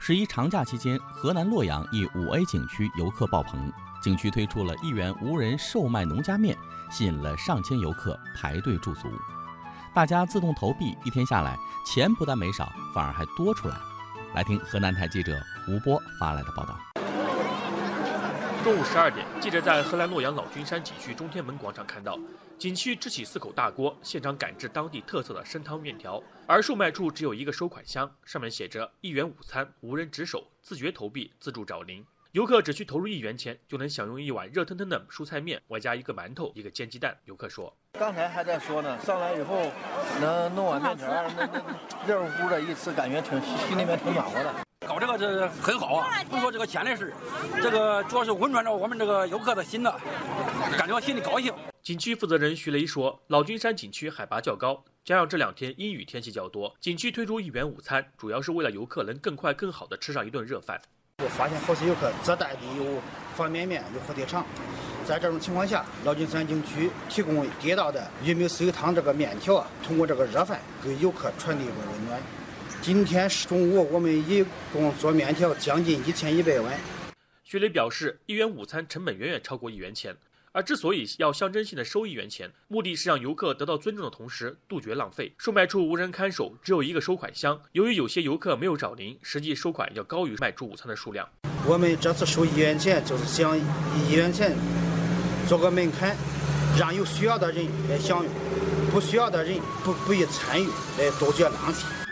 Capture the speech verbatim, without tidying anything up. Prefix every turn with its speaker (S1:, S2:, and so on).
S1: 十一长假期间，河南洛阳一五 A 景区游客爆棚，景区推出了一元无人售卖农家面，吸引了上千游客排队驻足。大家自动投币，一天下来，钱不但没少，反而还多出来。来听河南台记者吴波发来的报道。
S2: 中午十二点，记者在河南洛阳老君山景区中天门广场看到，景区支起四口大锅，现场赶制当地特色的参汤面条，而售卖处只有一个收款箱，上面写着“一元午餐，无人值守，自觉投币，自助找零”。游客只需投入一元钱，就能享用一碗热腾腾的蔬菜面，外加一个馒头，一个煎鸡蛋。游客说：“
S3: 刚才还在说呢，上来以后能弄碗面条，那那热乎乎的一吃，感觉挺心里面挺暖和的。”
S4: 搞这个这很好啊，不说这个钱的事，这个主要是温暖着我们这个游客的心呢，感觉心里高兴。
S2: 景区负责人徐雷说，老君山景区海拔较高，加上这两天阴雨天气较多，景区推出一元午餐，主要是为了游客能更快更好的吃上一顿热饭。
S5: 我发现好些游客自带的有方便面，有火腿肠。在这种情况下，老君山景区提供地道的玉米碎汤这个面条啊，通过这个热饭给游客传递一个温暖。今天中午我们一共做面条将近一千一百碗。
S2: 徐雷表示，一元午餐成本远远超过一元钱，而之所以要象征性的收一元钱，目的是让游客得到尊重的同时杜绝浪费。售卖处无人看守，只有一个收款箱。由于有些游客没有找零，实际收款要高于卖出午餐的数量。
S5: 我们这次收一元钱，就是想以一元钱做个门槛，让有需要的人来享用，不需要的人不不予参与，来杜绝浪费。